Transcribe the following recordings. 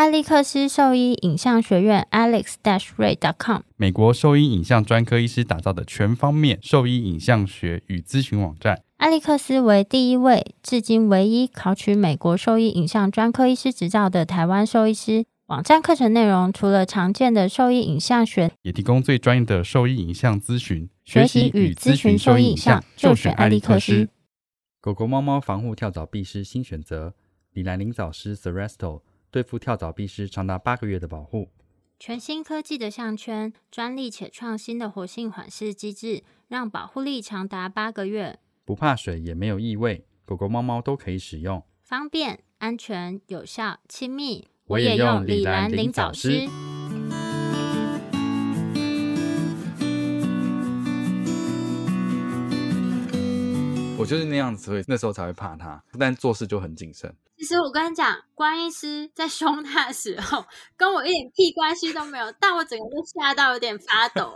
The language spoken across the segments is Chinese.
艾利克斯兽医影像学院 alex-ray.com 美国兽医影像专科医师打造的全方面兽医影像学与咨询网站。 艾利克斯为第一位至今唯一考取美国兽医影像专科医师执照的台湾兽医师。网站课程内容除了常见的兽医影像学， 也提供最专业的兽医影像咨询。 学习与咨询兽医影像就选艾利克斯。 狗狗猫猫防护跳蚤壁虱新选择，李兰灵藻虱 Seresto 对付跳蚤壁虱长达8个月的保护。 全新科技的项圈，专利且创新的活性缓释机制，让保护力长达8个月。 不怕水也没有异味，狗狗猫猫都可以使用， 方便、安全、有效、亲密。 我也用李兰灵藻虱。我就是那样子，所以那时候才会怕他，但做事就很谨慎。 其实我跟你讲，关医师在凶他的时候，跟我一点屁关系都没有，但我整个都吓到有点发抖。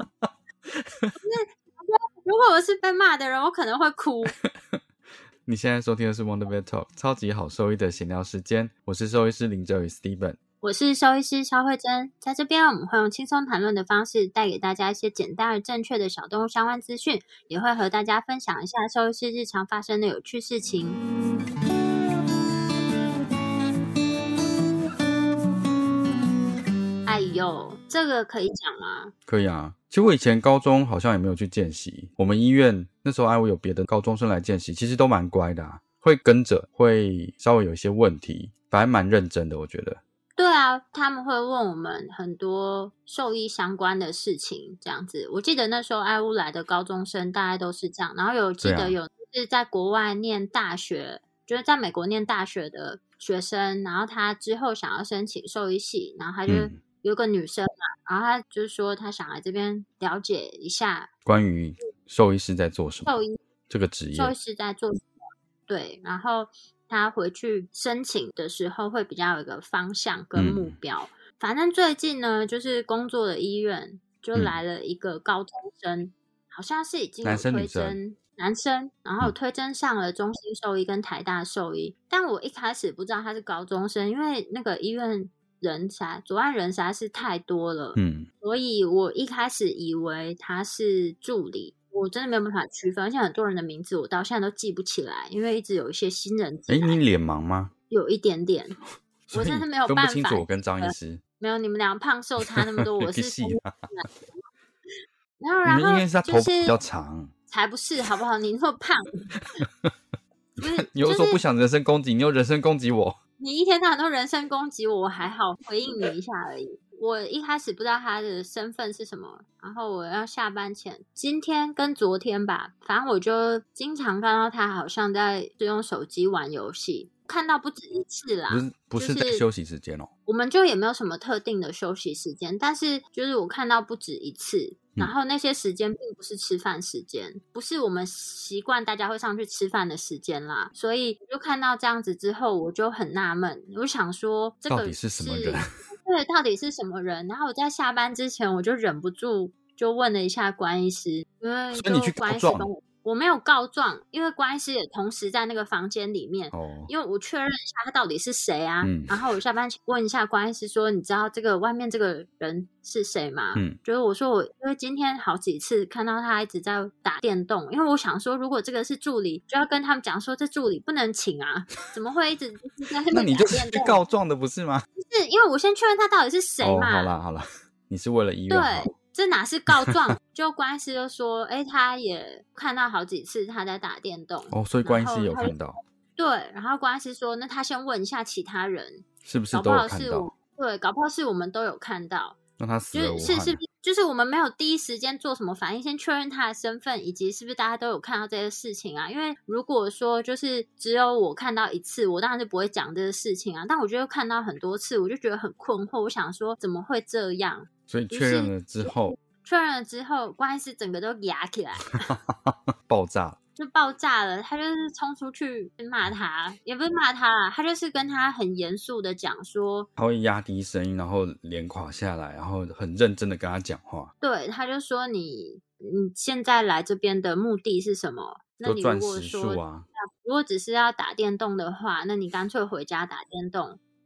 如果我是被骂的人，我可能会哭。 你现在收听的是 Wonder Vet Talk 超级好兽医的闲聊时间，我是兽医师林哲宇 Steven， 我是兽医师肖慧珍。在这边我们会用轻松谈论的方式带给大家一些简单而正确的小动物相关资讯，也会和大家分享一下兽医师日常发生的有趣事情。哎呦，这个可以讲吗？ 可以啊。其实我以前高中好像也没有去见习，我们医院那时候我有别的高中生来见习，其实都蛮乖的啊，会跟着，会稍微有一些问题，反正蛮认真的我觉得。 对啊，他们会问我们很多兽医相关的事情这样子。我记得那时候爱屋来的高中生大概都是这样，然后记得有是在国外念大学，就是在美国念大学的学生，然后他之后想要申请兽医系，然后他就有个女生嘛，然后他就说他想来这边了解一下关于兽医师在做什么， 兽医这个职业， 兽医师在做什么，对，然后他回去申请的时候会比较有一个方向跟目标。反正最近呢，就是工作的医院就来了一个高中生，好像是已经有推甄男生，然后推甄上了中心兽医跟台大兽医，但我一开始不知道他是高中生，因为那个医院左岸人实在是太多了，所以我一开始以为他是助理，我真的没有办法区分，而且很多人的名字我到现在都记不起来，因为一直有一些新人进来。 你脸盲吗？ 有一点点，我真的没有办法分不清楚我跟张医师。 没有，你们俩胖瘦差那么多，我是然后因为是他头比较长， 才不是好不好？你那么胖， 你又说不想人身攻击，你又人身攻击我。 你一天到晚都人身攻击我还好回应你一下而已。我一开始不知道他的身份是什么，然后我要下班前，今天跟昨天吧，反正我就经常看到他好像在用手机玩游戏，看到不止一次啦。 不是在休息时间哦。 我们就也没有什么特定的休息时间，但是就是我看到不止一次，然后那些时间并不是吃饭时间，不是我们习惯大家会上去吃饭的时间啦，所以就看到这样子之后，我就很纳闷，我想说这个到底是什么人？ 对，到底是什么人？然后我在下班之前，我就忍不住就问了一下关医师，因为所以你去告状？ 我没有告状，因为关医师也同时在那个房间里面，因为我确认一下他到底是谁啊。然后我下班前问一下关医师说，你知道这个外面这个人是谁吗？就是我说因为今天好几次看到他一直在打电动，因为我想说如果这个是助理，就要跟他们讲说这助理不能请啊，怎么会一直在那边打电动？ 那你就是去告状的不是吗？ 不是，因为我先确认他到底是谁嘛。 好啦，你是为了医院对。这哪是告状？就关医师就说，他也看到好几次他在打电动所以关医师有看到。 对，然后关医师说，那他先问一下其他人， 是不是都有看到？ 对，搞不好是我们都有看到。 那他死了无憾。 就是我们没有第一时间做什么反应，先确认他的身份，以及是不是大家都有看到这些事情啊？因为如果说就是只有我看到一次，我当然是不会讲这个事情啊。但我觉得看到很多次，我就觉得很困惑，我想说怎么会这样？ 所以确认了之后，关医师整个都压起来爆炸了。他就是冲出去骂他，也不是骂他啦，他就是跟他很严肃的讲说， 他会压低声音，然后脸垮下来，然后很认真的跟他讲话。 对，他就说你现在来这边的目的是什么？那你如果说如果只是要打电动的话，那你干脆回家打电动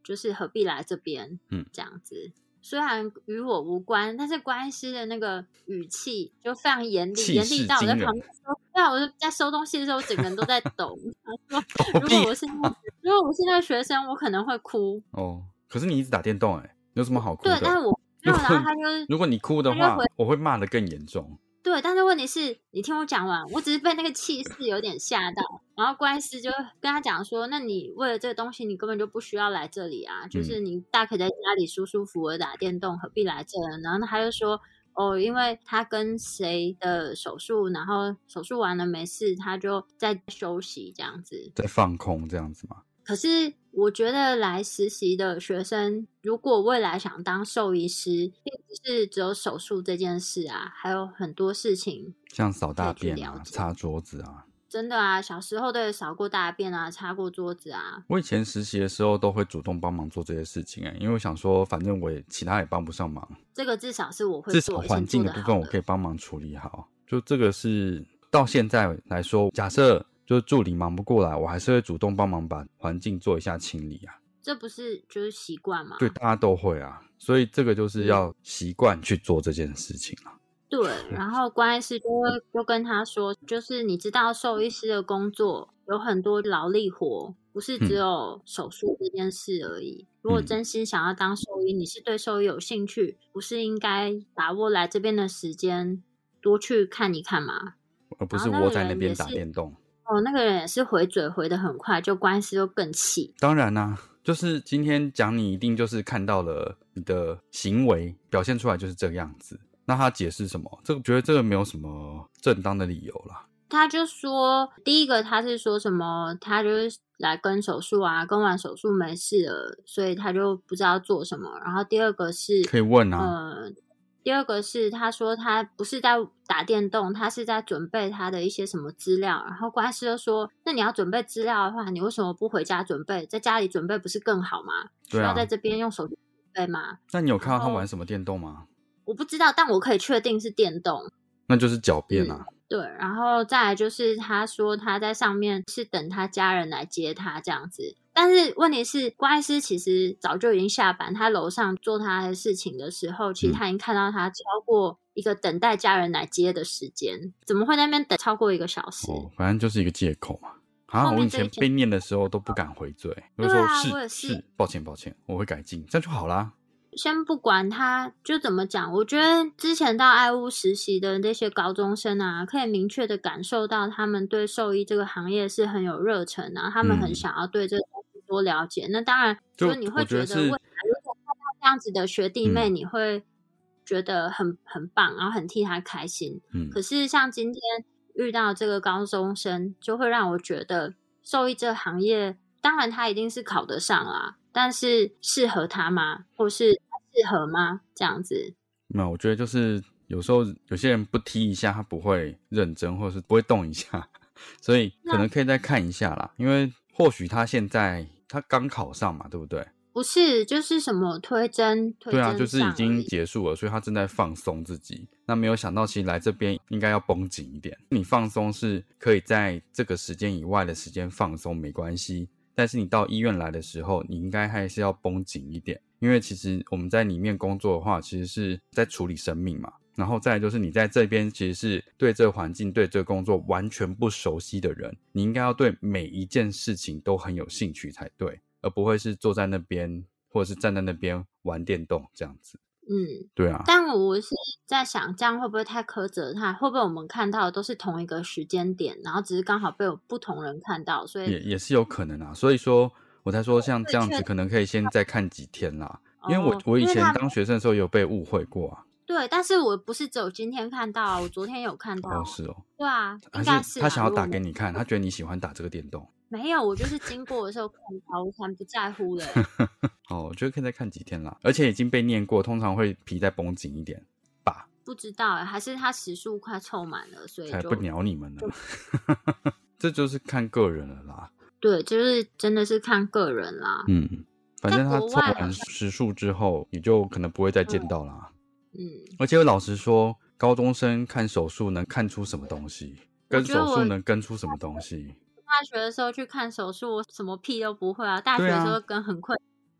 就是何必来这边，这样子。虽然与我无关，但是关医师的那个语气就非常严厉，严厉到我在旁边说，对啊，我在收东西的时候，整个人都在抖。说如果我是那个学生，我可能会哭。 哦，可是你一直打电动，有什么好哭的？ 对，但是我没有，然后他就如果你哭的话，我会骂得更严重。 对，但是问题是你听我讲完，我只是被那个气势有点吓到，然后关医师就跟他讲说，那你为了这个东西，你根本就不需要来这里啊，就是你大可以在家里舒舒服服的打电动，何必来这呢？然后他就说，因为他跟谁的手术，然后手术完了没事，他就在休息这样子， 在放空这样子吗？ 可是我觉得来实习的学生，如果未来想当兽医师，并不是只有手术这件事啊，还有很多事情， 像扫大便啊、擦桌子啊。 真的啊，小时候都有扫过大便啊，擦过桌子啊。 我以前实习的时候都会主动帮忙做这些事情因为我想说，反正我也其他也帮不上忙。 这个至少是我会做， 至少环境的部分我可以帮忙处理好。就这个是到现在来说，假设就是助理忙不过来，我还是会主动帮忙把环境做一下清理啊。 这不是就是习惯吗？ 对，大家都会啊，所以这个就是要习惯去做这件事情啊。 对，然后关医师就跟他说，就是你知道兽医师的工作有很多劳力活，不是只有手术这件事而已。如果真心想要当兽医，你是对兽医有兴趣，不是应该把握来这边的时间多去看一看吗？ 而不是窝在那边打电动。 那个人也是回嘴回得很快，就关医师就更气。 当然啦，就是今天讲你一定就是看到了你的行为表现出来就是这个样子。那他解释什么？觉得这个没有什么正当的理由啦。 他就说，第一个他是说什么，他就是来跟手术啊，跟完手术没事了，所以他就不知道做什么。然后第二个是可以问啊， 第二个是他说他不是在打电动，他是在准备他的一些什么资料。然后关医师就说，那你要准备资料的话，你为什么不回家准备？在家里准备不是更好吗？需要在这边用手机准备吗？ 那你有看到他玩什么电动吗？ 我不知道，但我可以确定是电动。 那就是狡辩啊。 对，然后再来就是他说他在上面是等他家人来接他这样子，但是问题是关医师其实早就已经下班，他楼上做他的事情的时候，其实他已经看到他超过一个等待家人来接的时间，怎么会在那边等超过1个小时？ 反正就是一个借口嘛。我以前被念的时候都不敢回嘴，我就说是抱歉，我会改进，这样就好啦。 先不管他就怎么讲，我觉得之前到爱屋实习的那些高中生啊，可以明确的感受到他们对兽医这个行业是很有热忱啊，他们很想要对这个东西多了解。那当然，就是你会觉得未来如果看到这样子的学弟妹，你会觉得很棒，然后很替他开心。可是像今天遇到这个高中生，就会让我觉得兽医这个行业，当然他一定是考得上啦，但是适合他吗？或是适合吗？这样子， 没有，我觉得就是有时候有些人不踢一下，他不会认真，或者是不会动一下，所以可能可以再看一下啦。因为或许他现在他刚考上嘛，对不对？ 不是，就是什么推甄对啊，就是已经结束了，所以他正在放松自己。那没有想到，其实来这边应该要绷紧一点。你放松是可以在这个时间以外的时间放松，没关系。但是你到医院来的时候，你应该还是要绷紧一点，因为其实我们在里面工作的话，其实是在处理生命嘛。然后再来就是你在这边其实是对这个环境、对这个工作完全不熟悉的人，你应该要对每一件事情都很有兴趣才对，而不会是坐在那边或者是站在那边玩电动这样子。对啊。 但我是在想，这样会不会太苛责他？会不会我们看到的都是同一个时间点，然后只是刚好被有不同人看到，所以也是有可能啊。所以说我才说像这样子可能可以先再看几天啦。因为我以前当学生的时候有被误会过啊。 对，但是我不是只有今天看到啊，我昨天有看到。 是哦。 对啊，应该是他想要打给你看，他觉得你喜欢打这个电动。 没有，我就是经过的时候看到，我才不在乎嘞。 我觉得可以再看几天啦，而且已经被念过，通常会皮再绷紧一点吧。 不知道还是他时数快凑满了，所以才不鸟你们呢。这就是看个人了啦。 对，就是真的是看个人啦。 反正他凑完时数之后，你就可能不会再见到啦。而且老实说，高中生看手术能看出什么东西，跟手术能跟出什么东西？ 大学的时候去看手术，我什么屁都不会啊。大学的时候跟很困手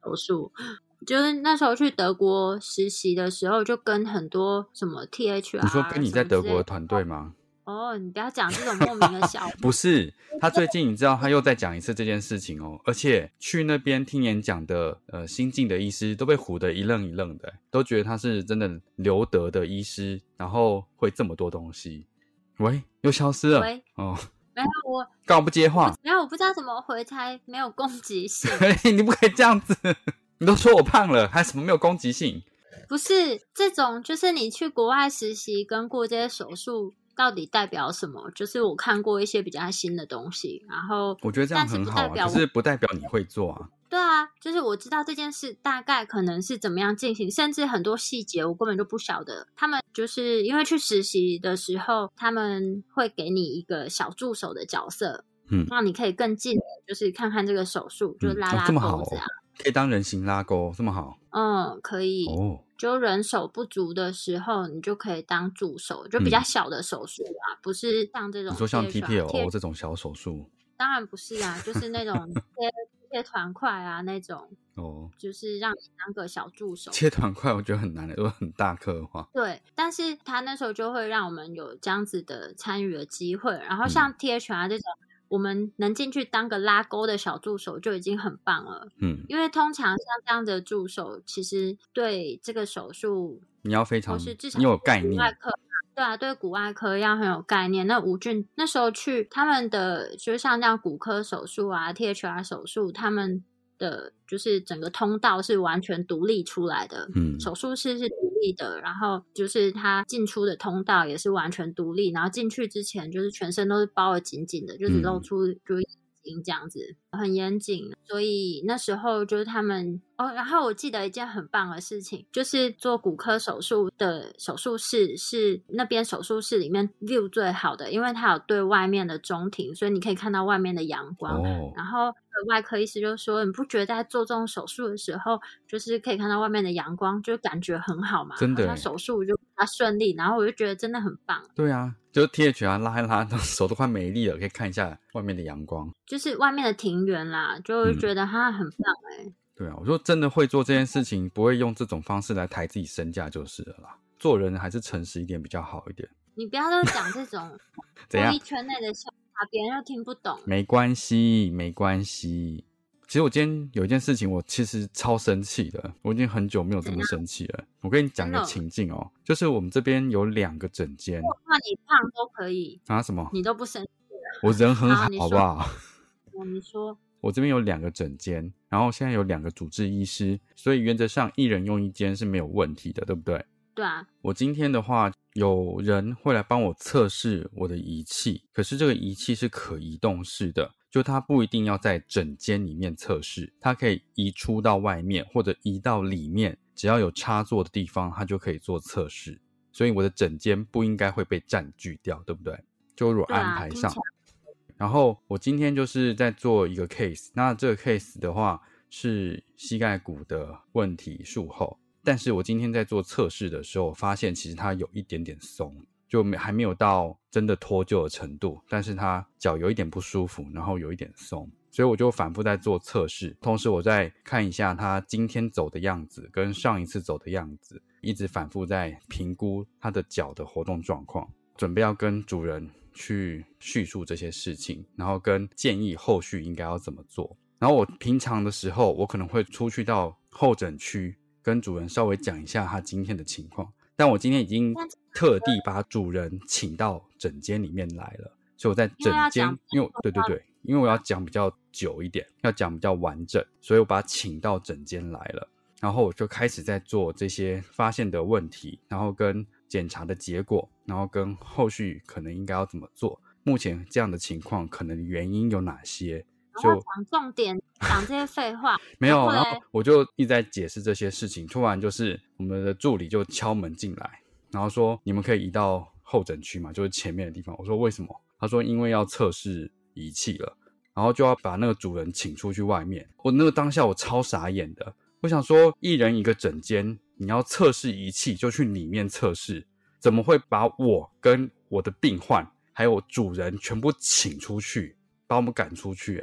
手术。就是那时候去德国实习的时候，就跟很多什么 THR， 你说跟你在德国的团队吗？ 哦，你不要讲这种莫名的笑话。 不是，他最近你知道他又再讲一次这件事情哦，而且去那边听演讲的新进的医师都被唬得一愣一愣的，都觉得他是真的留德的医师，然后会这么多东西。喂，又消失了。 喂， 哦， 没有我干嘛不接话？ 没有，我不知道怎么回才没有攻击性。 你不可以这样子，你都说我胖了，还什么没有攻击性？ 不是这种，就是你去国外实习跟过这些手术到底代表什么？就是我看过一些比较新的东西，然后我觉得这样很好啊，可是不代表你会做啊。 对啊，就是我知道这件事大概可能是怎么样进行，甚至很多细节我根本就不晓得。他们就是因为去实习的时候，他们会给你一个小助手的角色，让你可以更近的，就是看看这个手术，就拉拉钩子啊。 可以当人形拉钩，这么好？ 可以。哦，就人手不足的时候，你就可以当助手，就比较小的手术啊，不是像这种。 你说像 TPLO 这种小手术？ 当然不是啊，就是那种切团块啊那种。哦，就是让你当个小助手。 切团块我觉得很难的，都很大颗的话。 对，但是他那时候就会让我们有这样子的参与的机会，然后像 THR 这种。我们能进去当个拉钩的小助手就已经很棒了。因为通常像这样的助手，其实对这个手术你要非常你有概念。 对啊，对骨外科要很有概念。那吴俊那时候去他们的，就像这样骨科手术啊、THR 手术，他们的就是整个通道是完全独立出来的，手术室是独立的，然后就是他进出的通道也是完全独立，然后进去之前就是全身都是包得紧紧的，就只露出就眼睛这样子，很严谨。所以那时候就是他们然后我记得一件很棒的事情，就是做骨科手术的手术室是那边手术室里面 view 最好的，因为它有对外面的中庭，所以你可以看到外面的阳光。然后外科医师就说，你不觉得在做这种手术的时候，就是可以看到外面的阳光，就感觉很好嘛？ 真的， 那手术就比较顺利。然后我就觉得真的很棒。 对啊，就是 THR 拉一拉，手都快没力了，可以看一下外面的阳光， 就是外面的庭园啦，就觉得它很棒对啊，我说真的会做这件事情，不会用这种方式来抬自己身价就是了啦。做人还是诚实一点比较好一点。 你不要都讲这种玻璃圈内的笑话，别人又听不懂。 没关系，没关系。其实我今天有一件事情，我其实超生气的，我已经很久没有这么生气了。我跟你讲个情境哦，就是我们这边有2个诊间。 那你胖都可以啊？什么？ 你都不生气了？ 我人很好，好不好？ 你说。 我这边有2个诊间，然后现在有2个主治医师，所以原则上1人用1间是没有问题的，对不对？ 对啊。 我今天的话，有人会来帮我测试我的仪器，可是这个仪器是可移动式的，就它不一定要在诊间里面测试，它可以移出到外面或者移到里面，只要有插座的地方，它就可以做测试。所以我的诊间不应该会被占据掉，对不对？就如果安排上。然后我今天就是在做一个 case， 那这个 case 的话是膝盖骨的问题术后，但是我今天在做测试的时候发现其实它有一点点松，就还没有到真的脱臼的程度，但是它脚有一点不舒服，然后有一点松，所以我就反复在做测试，同时我再看一下它今天走的样子跟上一次走的样子，一直反复在评估它的脚的活动状况，准备要跟主人去叙述这些事情，然后跟建议后续应该要怎么做。然后我平常的时候，我可能会出去到候诊区跟主人稍微讲一下他今天的情况，但我今天已经特地把主人请到诊间里面来了，所以我在诊间，因为因为我要讲比较久一点，要讲比较完整，所以我把他请到诊间来了，然后我就开始在做这些发现的问题，然后跟检查的结果，然后跟后续可能应该要怎么做，目前这样的情况可能原因有哪些， 就讲重点，讲这些废话没有，然后我就一直在解释这些事情，突然就是我们的助理就敲门进来，然后说你们可以移到候诊区嘛，就是前面的地方。我说为什么？他说因为要测试仪器了，然后就要把那个主人请出去外面。我那个当下我超傻眼的，我想说1人1个诊间，你要测试仪器就去里面测试，怎么会把我跟我的病患还有主人全部请出去，把我们赶出去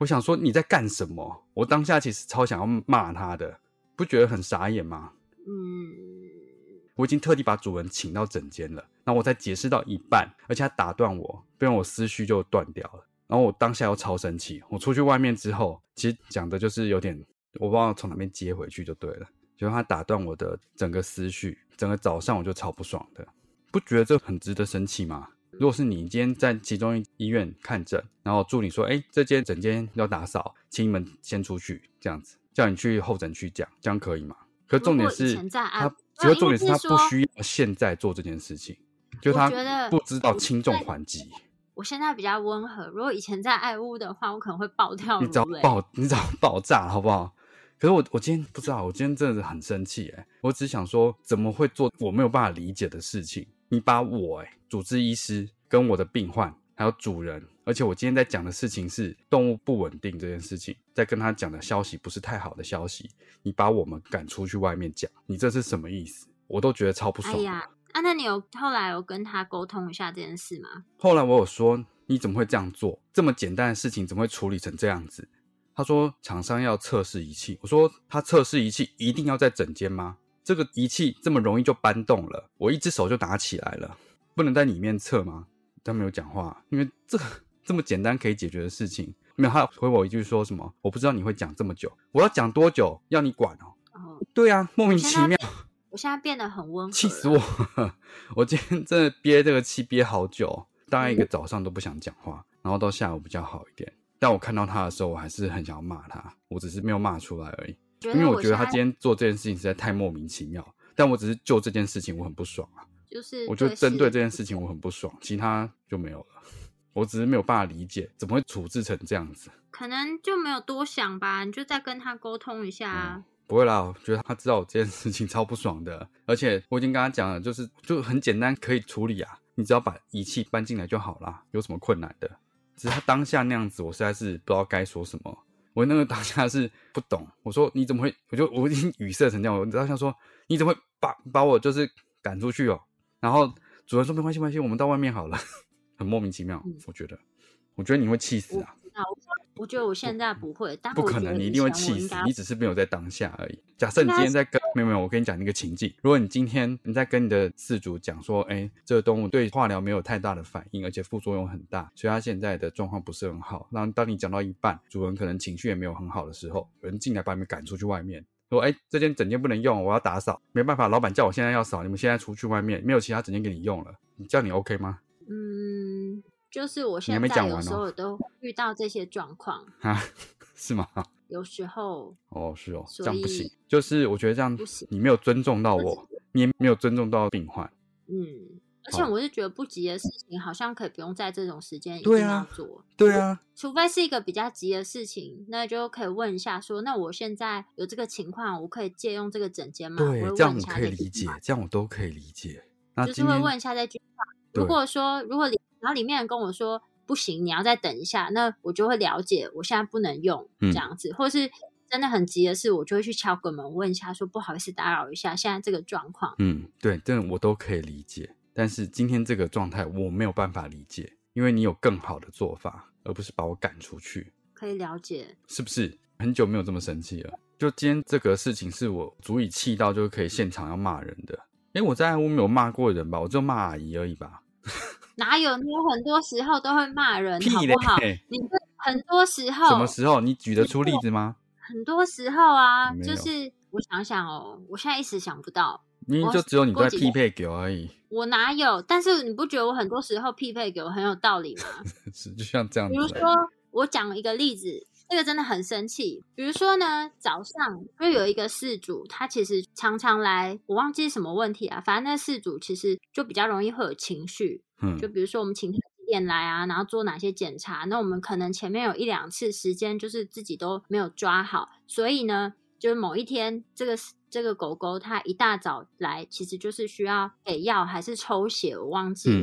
我想说你在干什么？我当下其实超想要骂他的，不觉得很傻眼吗？我已经特地把主人请到诊间了，然后我才解释到一半，而且他打断我，不然我思绪就断掉了。然后我当下又超生气，我出去外面之后，其实讲的就是有点我不知道从哪边接回去就对了，结果他打断我的整个思绪，整个早上我就超不爽的。不觉得这很值得生气吗？如果是你今天在其中医院看诊，然后助理说这间诊间要打扫，请你们先出去，这样子叫你去候诊区讲，这样可以吗？可重点是重点是他不需要现在做这件事情，就他不知道轻重缓急。 我现在比较温和，如果以前在爱屋的话，我可能会爆跳如雷。 你只要爆炸好不好？可是我今天不知道，我今天真的很生气我只想说怎么会做我没有办法理解的事情。你把我主治医师跟我的病患还有主人，而且我今天在讲的事情是动物不稳定这件事情，在跟他讲的消息不是太好的消息，你把我们赶出去外面讲，你这是什么意思？我都觉得超不爽的。 那你后来有跟他沟通一下这件事吗？ 后来我有说你怎么会这样做，这么简单的事情怎么会处理成这样子？他说厂商要测试仪器，我说他测试仪器一定要在诊间吗？这个仪器这么容易就搬动了，我一只手就拿起来了，不能在里面测吗？他没有讲话，因为这么简单可以解决的事情，没有。他回我一句说什么我不知道你会讲这么久，我要讲多久要你管对啊，莫名其妙。 我现在变得很温和了， 气死我我今天真的憋这个气憋好久，大概一个早上都不想讲话，然后到下午比较好一点。但我看到他的时候我还是很想要骂他，我只是没有骂出来而已，因为我觉得他今天做这件事情实在太莫名其妙，但我只是就这件事情我很不爽就是我就针对这件事情我很不爽，其他就没有了。我只是没有办法理解怎么会处置成这样子， 可能就没有多想吧，你就再跟他沟通一下不会啦，我觉得他知道我这件事情超不爽的，而且我已经跟他讲了，就很简单可以处理你只要把仪器搬进来就好啦，有什么困难的？只是他当下那样子，我实在是不知道该说什么。我那个当下是不懂，我说你怎么会？我已经语塞成这样，我当下说你怎么会把我就是赶出去然后主任说没关系，我们到外面好了，很莫名其妙。我觉得你会气死我觉得我现在不会，但不可能，你一定会气死，你只是没有在当下而已。假设你今天在跟没有，我跟你讲一个情境，如果你今天你在跟你的饲主讲说，这个动物对化疗没有太大的反应，而且副作用很大，所以它现在的状况不是很好。然后当你讲到一半，主人可能情绪也没有很好的时候，有人进来把你们赶出去外面，说这间诊间不能用，我要打扫，没办法，老板叫我现在要扫，你们现在出去外面，没有其他诊间给你用了，这样你 OK 吗？ 就是我现在有时候都遇到这些状况是吗？ 有时候是这样不行，就是我觉得这样你没有尊重到我，你也没有尊重到病患。 而且我是觉得不急的事情好像可以不用在这种时间一定要做。 对啊， 除非是一个比较急的事情，那就可以问一下说，那我现在有这个情况，我可以借用这个诊间吗？ 对，这样我可以理解，这样我都可以理解。那就是会问一下这句话。如果然后里面人跟我说不行，你要再等一下，那我就会了解我现在不能用这样子，或是真的很急的事，我就会去敲个门问一下说不好意思打扰一下现在这个状况。 对，这我都可以理解，但是今天这个状态我没有办法理解，因为你有更好的做法，而不是把我赶出去。 可以了解， 是不是很久没有这么生气了？就今天这个事情是我足以气到就可以现场要骂人的。我在爱屋没有骂过人吧？我只有骂阿姨而已吧。 哪有？你有很多时候都会骂人，好不好？你很多时候， 什么时候？你举得出例子吗？ 很多时候啊，就是我想想我现在一时想不到。 你就只有你在匹配给我而已。 我哪有？但是你不觉得我很多时候匹配给我很有道理吗？ 是，就像这样子。 比如说，我讲一个例子。这个真的很生气。比如说呢，早上就有一个饲主，他其实常常来，我忘记是什么问题反正那饲主其实就比较容易会有情绪。就比如说我们请他几点来然后做哪些检查，那我们可能前面有1-2次时间就是自己都没有抓好，所以呢，就是某一天这个狗狗它一大早来，其实就是需要给药还是抽血，我忘记了。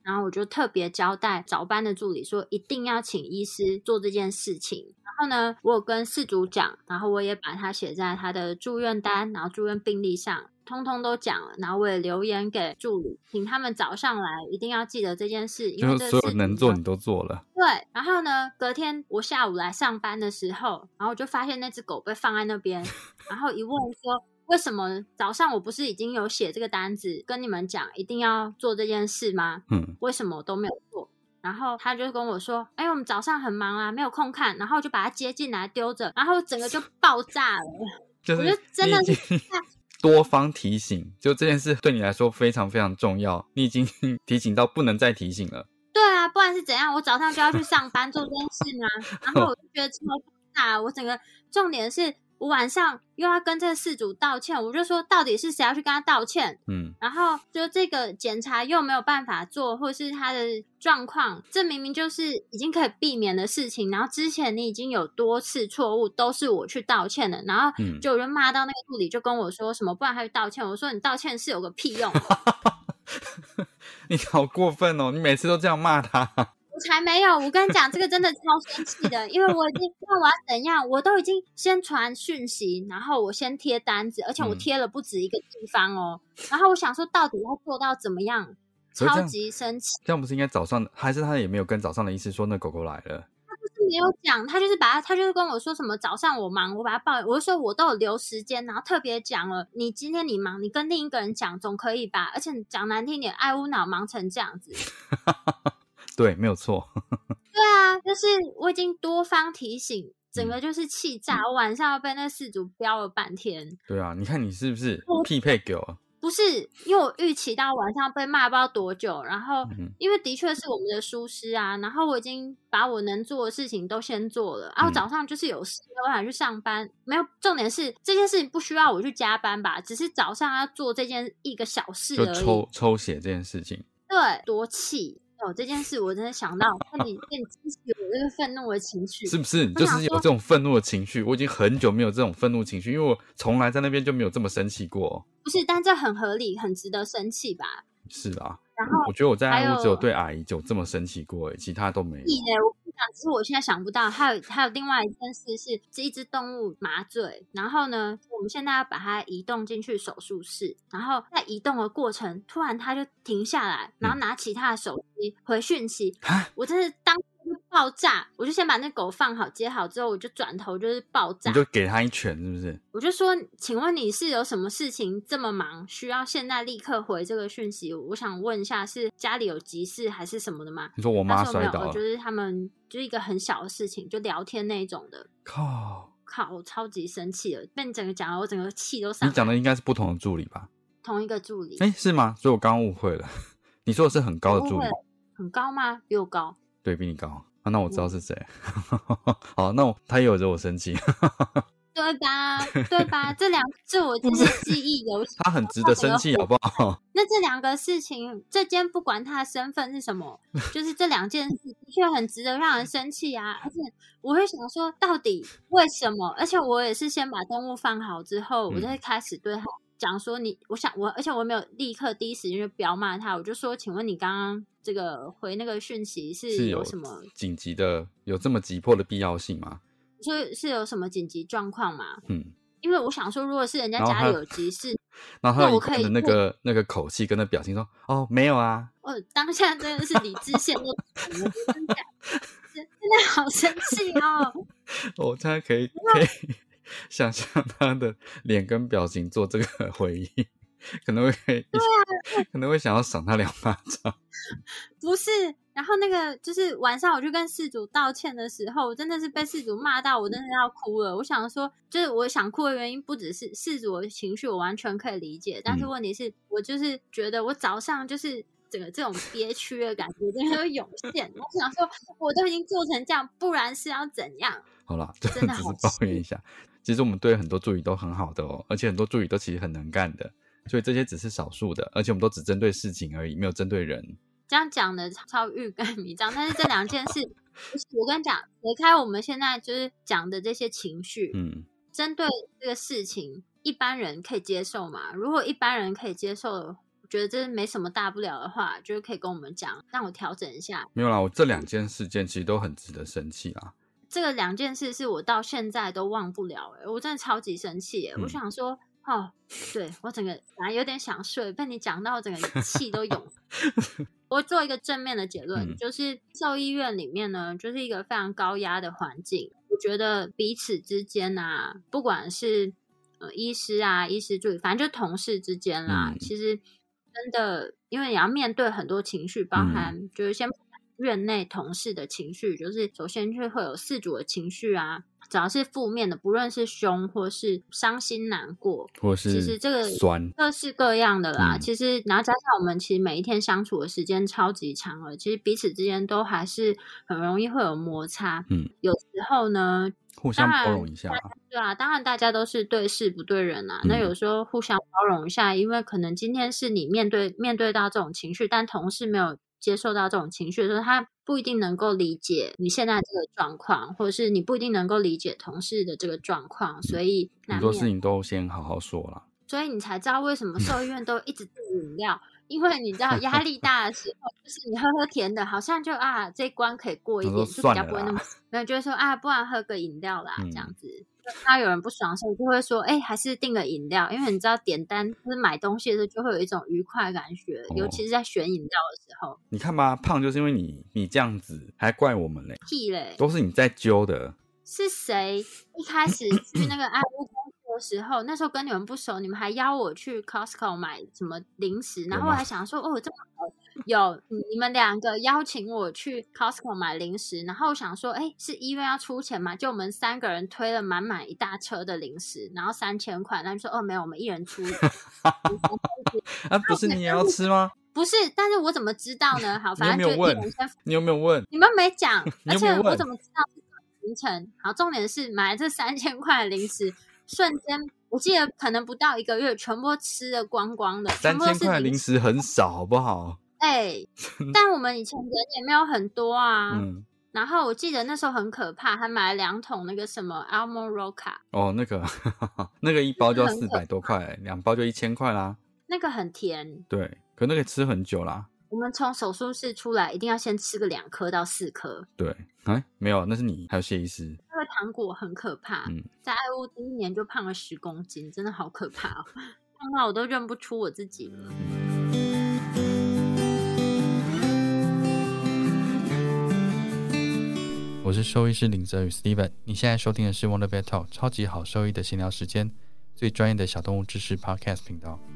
然后我就特别交代早班的助理说一定要请医师做这件事情。然后呢，我有跟饲主讲，然后我也把它写在他的住院单，然后住院病历上，通通都讲了。然后我也留言给助理，请他们早上来一定要记得这件事，因为就所有能做你都做了。 对，然后呢，隔天我下午来上班的时候，然后我就发现那只狗被放在那边，然后一问说为什么早上我不是已经有写这个单子跟你们讲一定要做这件事吗？为什么我都没有做？然后他就跟我说我们早上很忙啊，没有空看，然后我就把它接进来丢着，然后整个就爆炸了。 就是我就真的是多方提醒，就这件事对你来说非常非常重要，你已经提醒到不能再提醒了。 对啊，不然是怎样？我早上就要去上班做这件事吗？然后我就觉得超爆炸，我整个重点是我晚上又要跟这个饲主道歉，我就说到底是谁要去跟他道歉？然后就这个检查又没有办法做，或是他的状况，这明明就是已经可以避免的事情，然后之前你已经有多次错误都是我去道歉的，然后就有人骂到那个助理就跟我说什么不然他去道歉，我说你道歉是有个屁用你好过分哦，你每次都这样骂他。 我才没有，我跟你讲这个真的超生气的，因为我已经那我要怎样，我都已经先传讯息，然后我先贴单子，而且我贴了不止一个地方哦，然后我想说到底要做到怎么样，超级生气。 这样不是应该早上，还是他也没有跟早上的医师说那狗狗来了？ 他就是没有讲，他就是跟我说什么早上我忙，我把他报，我就说我都有留时间，然后特别讲了，你今天你忙，你跟另一个人讲总可以吧？而且讲难听点，爱屋脑忙成这样子。 对，没有错。 对啊，就是我已经多方提醒，整个就是气炸。我晚上要被那饲主飙了半天。 对啊，你看你是不是匹配狗啊？ 不是，因为我预期到晚上被骂不知道多久，然后因为的确是我们的疏失啊，然后我已经把我能做的事情都先做了，我早上就是有事我想去上班，没有，重点是这件事情不需要我去加班吧，只是早上要做这件一个小事而已， 就抽血这件事情。 对，多气。这件事我真的想到你激起我这个愤怒的情绪， 是不是？你就是有这种愤怒的情绪，我已经很久没有这种愤怒情绪，因为我从来在那边就没有这么生气过。 不是，但这很合理，很值得生气吧？ 是啊， 然后我觉得我在爱屋只有对阿姨就这么生气过，其他都没有。 我跟你讲，只是我现在想不到，还有另外一件事是一只动物麻醉，然后呢，我们现在要把它移动进去手术室，然后在移动的过程，突然它就停下来，然后拿起他的手机回讯息，我真是当时就爆炸，我就先把那狗放好接好之后，我就转头就是爆炸， 你就给他一拳是不是？ 我就说，请问你是有什么事情这么忙，需要现在立刻回这个讯息？我想问一下，是家里有急事还是什么的吗？ 你说我妈摔倒了， 就是他们就是一个很小的事情，就聊天那一种的。靠，我超级生气了，被你整个讲了，我整个气都上来。 你讲的应该是不同的助理吧？ 同一个助理。 是吗？所以我刚刚误会了。你说的是很高的助理？ 很高吗？比我高？ 对，比你高。那我知道是谁。好，那他也有惹我生气。 对吧？对吧？这我真是记忆犹新。 他很值得生气，好不好？ 那这两个事情，这间不管他的身份是什么，就是这两件事的确很值得让人生气啊！而且我会想说，到底为什么？而且我也是先把动物放好之后，我再开始对他讲说而且我没有立刻第一时间就彪骂他，我就说，请问你刚刚这个回那个讯息是有什么紧急的，有这么急迫的必要性吗？ 是有什么紧急状况吗？因为我想说，如果是人家家里有急事， 然后他一看的那个口气跟那表情说：“哦，没有啊。” 当下真的是理智线都真的好生气哦！ 我现在可以想象他的脸跟表情做这个回应，可能会想要赏他2巴掌。 不是，然后那个就是晚上我去跟饲主道歉的时候，我真的是被饲主骂到我真的要哭了。我想说，就是我想哭的原因不只是饲主的情绪，我完全可以理解，但是问题是我就是觉得我早上就是整个这种憋屈的感觉真的会涌现。我想说，我都已经做成这样，不然是要怎样？ 好啦，真的只是抱怨一下。其实我们对很多助理都很好的哦，而且很多助理都其实很能干的，所以这些只是少数的，而且我们都只针对事情而已，没有针对人。 这样讲的超欲盖弥彰，但是这两件事，我跟你讲，离开我们现在就是讲的这些情绪，针对这个事情，一般人可以接受吗？如果一般人可以接受的觉得这没什么大不了的话，就是可以跟我们讲，让我调整一下。 没有啦，我这2件事件其实都很值得生气啦。 这个2件事是我到现在都忘不了我真的超级生气我想说对，我整个本来有点想睡，被你讲到整个气都涌我做一个正面的结论，就是兽医院里面呢，就是一个非常高压的环境。我觉得彼此之间啊，不管是医师啊、医师助理，反正就同事之间啦，其实真的，因为你要面对很多情绪，包含就是先院内同事的情绪，就是首先就会有饲主的情绪啊，只要是负面的，不论是凶或是伤心难过， 或是其实这个酸各式各样的啦。其实然后加上我们其实每一天相处的时间超级长了，其实彼此之间都还是很容易会有摩擦。有时候呢， 互相包容一下对啊，当然大家都是对事不对人啊。那有时候互相包容一下，因为可能今天是你面对到这种情绪，但同事没有接受到这种情绪的时候，他不一定能够理解你现在这个状况，或者是你不一定能够理解同事的这个状况，所以很多事情都先好好说啦。 所以你才知道为什么兽医院都一直订饮料，因为你知道压力大的时候，就是你喝甜的，好像就这一关可以过一点，就比较不会那么，没有就会说不然喝个饮料啦，这样子。他有人不爽的时候，就会说还是订个饮料，因为你知道点单就是买东西的时候就会有一种愉快感觉，尤其是在选饮料的时候。 你看吧，胖就是因为你这样子，还怪我们嘞？ 屁嘞， 都是你在揪的。 是谁一开始去那个爱屋工作的时候，那时候跟你们不熟，你们还邀我去 Costco 买什么零食，然后我还想说这么好，有你们2个邀请我去 Costco 买零食，然后我想说是医院要出钱嘛，就我们3个人推了满一大车的零食，然后3000块，那就说没有，我们一人出不是你也要吃吗？ 不是，但是我怎么知道呢？好，反正就你有没有问？ 你们没讲，而且我怎么知道行程？好，重点是买这3000块的零食，瞬间我记得可能不到1个月，全部吃的光光的。 3000块的零食很少，好不好？ 但我们以前人也没有很多啊。然后我记得那时候很可怕，还买了2桶那个什么 Almond Roca。 那个一包就要400多块，2包就1000块啦。 那个很甜， 对，可那个吃很久啦。 我们从手术室出来，一定要先吃个2颗到4颗。 对，没有，那是你还有谢医师。 那个糖果很可怕，在爱屋第1年就胖了10公斤，真的好可怕胖到我都认不出我自己了。 我是兽医师林哲宇 Steven， 你现在收听的是 Wonder Vet Talk 超级好兽医的闲聊时间，最专业的小动物知识 Podcast 频道。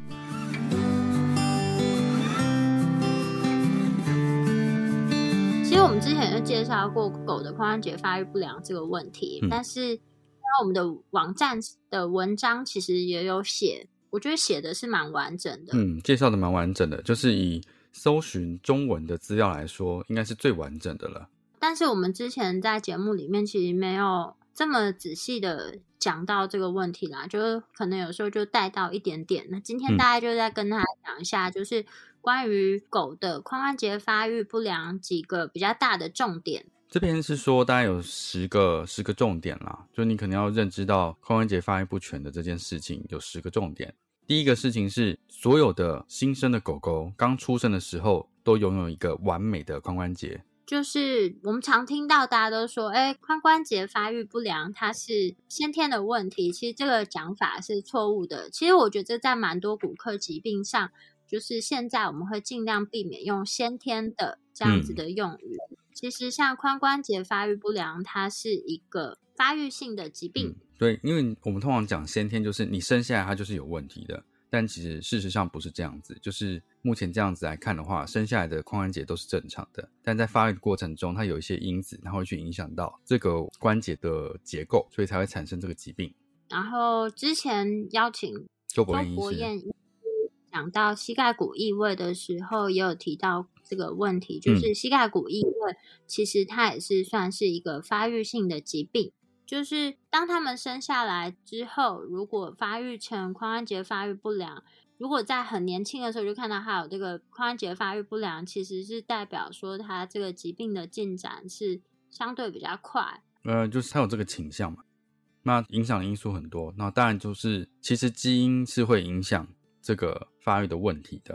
其实我们之前就介绍过狗的髋关节发育不良这个问题，但是我们的网站的文章其实也有写，我觉得写的是蛮完整的。 介绍的蛮完整的，就是以搜寻中文的资料来说，应该是最完整的了。 但是我们之前在节目里面其实没有这么仔细的讲到这个问题啦，就是可能有时候就带到一点点。那今天大概就在跟大家讲一下，就是关于狗的髋关节发育不良几个比较大的重点。 这边是说大概有10个重点啦，就你可能要认知到髋关节发育不全的这件事情有10个重点。第一个事情是，所有的新生的狗狗刚出生的时候都拥有一个完美的髋关节。 就是我们常听到大家都说髋关节发育不良它是先天的问题，其实这个讲法是错误的。其实我觉得在蛮多骨科疾病上，就是现在我们会尽量避免用先天的这样子的用语。其实像髋关节发育不良它是一个发育性的疾病。 对，因为我们通常讲先天就是你生下来它就是有问题的，但其实事实上不是这样子，就是目前这样子来看的话，生下来的髋关节都是正常的，但在发育的过程中它有一些因子，它会去影响到这个关节的结构，所以才会产生这个疾病。 然后之前邀请周伯彦医师讲到膝盖骨异位的时候，也有提到这个问题，就是膝盖骨异位其实它也是算是一个发育性的疾病，就是当他们生下来之后，如果发育成髋关节发育不良，如果在很年轻的时候就看到他有这个髋关节发育不良，其实是代表说他这个疾病的进展是相对比较快。 就是他有这个倾向嘛，那影响因素很多，那当然就是其实基因是会影响这个发育的问题的。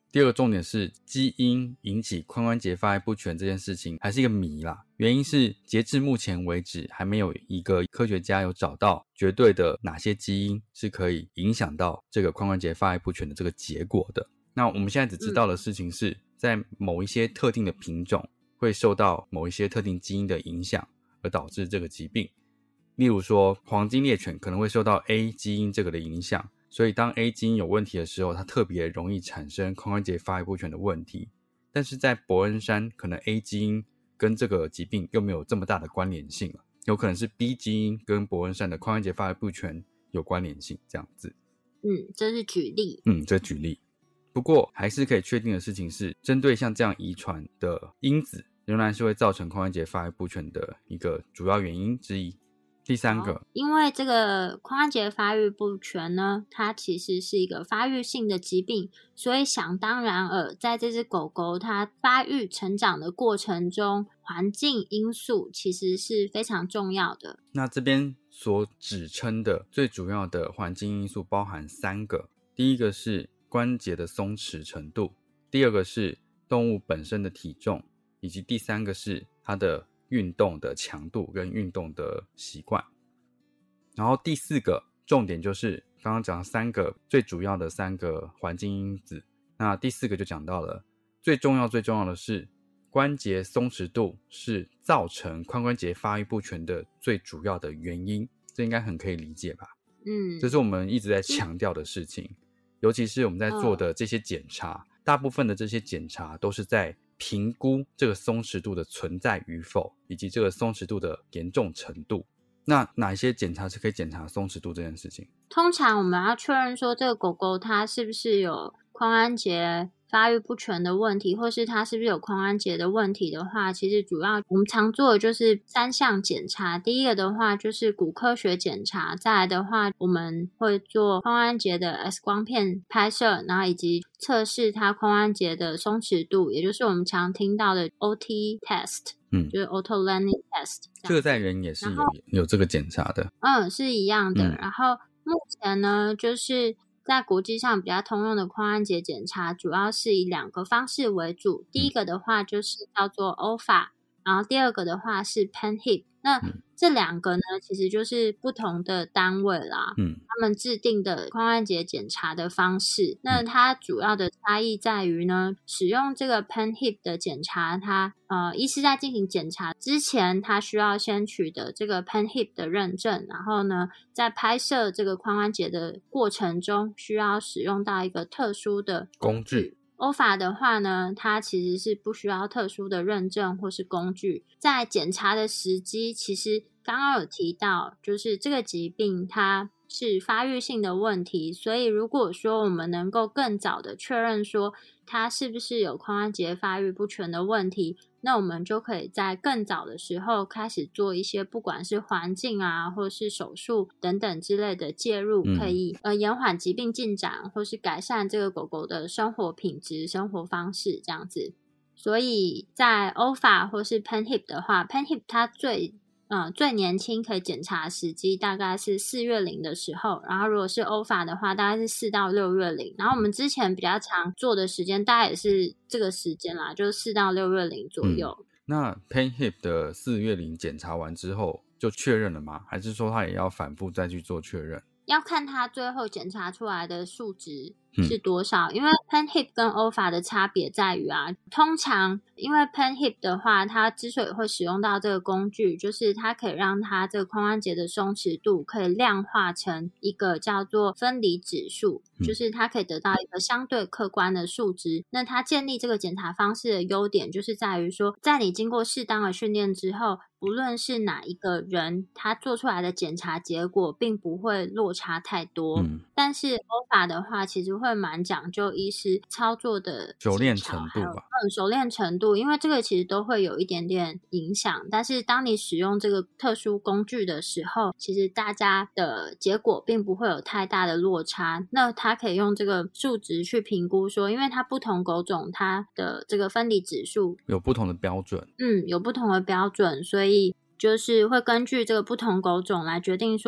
第二个重点是基因引起髋关节发育不全这件事情还是一个谜啦，原因是截至目前为止还没有一个科学家有找到绝对的哪些基因是可以影响到这个髋关节发育不全的这个结果的。那我们现在只知道的事情是在某一些特定的品种会受到某一些特定基因的影响而导致这个疾病，例如说黄金猎犬可能会受到 A 基因这个的影响，所以当 A 基因有问题的时候，它特别容易产生髋关节发育不全的问题。但是在伯恩山可能 A 基因跟这个疾病又没有这么大的关联性了，有可能是 B 基因跟伯恩山的髋关节发育不全有关联性这样子。 这是举例。 这举例。不过还是可以确定的事情是，针对像这样遗传的因子仍然是会造成髋关节发育不全的一个主要原因之一。第三个， 因为这个髋关节发育不全呢，它其实是一个发育性的疾病，所以想当然尔，在这只狗狗它发育成长的过程中，环境因素其实是非常重要的。 那这边所指称的最主要的环境因素包含3个，第一个是关节的松弛程度，第二个是动物本身的体重，以及第3个是它的运动的强度跟运动的习惯。然后第4个重点就是刚刚讲3个最主要的3个环境因子，那第4个就讲到了最重要的是关节松弛度是造成髋关节发育不全的最主要的原因，这应该很可以理解吧？这是我们一直在强调的事情，尤其是我们在做的这些检查，大部分的这些检查都是在评估这个松弛度的存在与否，以及这个松弛度的严重程度。那哪些检查是可以检查松弛度这件事情？ 通常我们要确认说这个狗狗它是不是有髋关节发育不全的问题，或是它是不是有髋关节的问题的话，其实主要我们常做的就是3项检查。第一个的话就是骨科学检查，再来的话我们会做髋关节的 X 光片拍摄，然后以及测试它髋关节的松弛度，也就是我们常听到的 OT test，就是 Otto Lenny test。 这个在人也是有这个检查的， 是一样的。然后目前呢，就是在国际上比较通用的髋关节检查，主要是以2个方式为主。第一个的话就是叫做 OFA， 然后第二个的话是 PenHip。那这2个呢，其实就是不同的单位啦，他们制定的髋关节检查的方式。那它主要的差异在于呢，使用这个 PenHip 的检查，它医师在进行检查之前，他需要先取得这个 PenHip 的认证，然后呢，在拍摄这个髋关节的过程中，需要使用到一个特殊的工具。 OFA 的话呢，它其实是不需要特殊的认证或是工具。在检查的时机，其实刚刚有提到，就是这个疾病它是发育性的问题，所以如果说我们能够更早的确认说它是不是有髋关节发育不全的问题，那我们就可以在更早的时候开始做一些不管是环境啊或是手术等等之类的介入，可以延缓疾病进展或是改善这个狗狗的生活品质、生活方式这样子。所以在 OFA 或是 PenHip 的话， PenHip 它最年轻可以检查的时机大概是4月龄的时候，然后如果是 OFA 的话大概是4到6月龄，然后我们之前比较常做的时间大概也是这个时间啦，就是4到6月龄左右。 那 PenHip 的4月龄检查完之后就确认了吗？还是说他也要反复再去做确认？ 要看他最后检查出来的数值是多少，因为 PenHip 跟 OFA 的差别在于通常因为 PenHip 的话，它之所以会使用到这个工具，就是它可以让它这个髋关节的松弛度可以量化成一个叫做分离指数，就是它可以得到一个相对客观的数值。那它建立这个检查方式的优点就是在于说，在你经过适当的训练之后，不论是哪一个人，他做出来的检查结果并不会落差太多。但是 OFA 的话，其实会蛮讲究医师操作的熟练程度吧。 熟练程度，因为这个其实都会有一点点影响。但是当你使用这个特殊工具的时候，其实大家的结果并不会有太大的落差。那他可以用这个数值去评估说，因为它不同狗种它的这个分离指数有不同的标准，有不同的标准，所以就是会根据这个不同狗种来决定说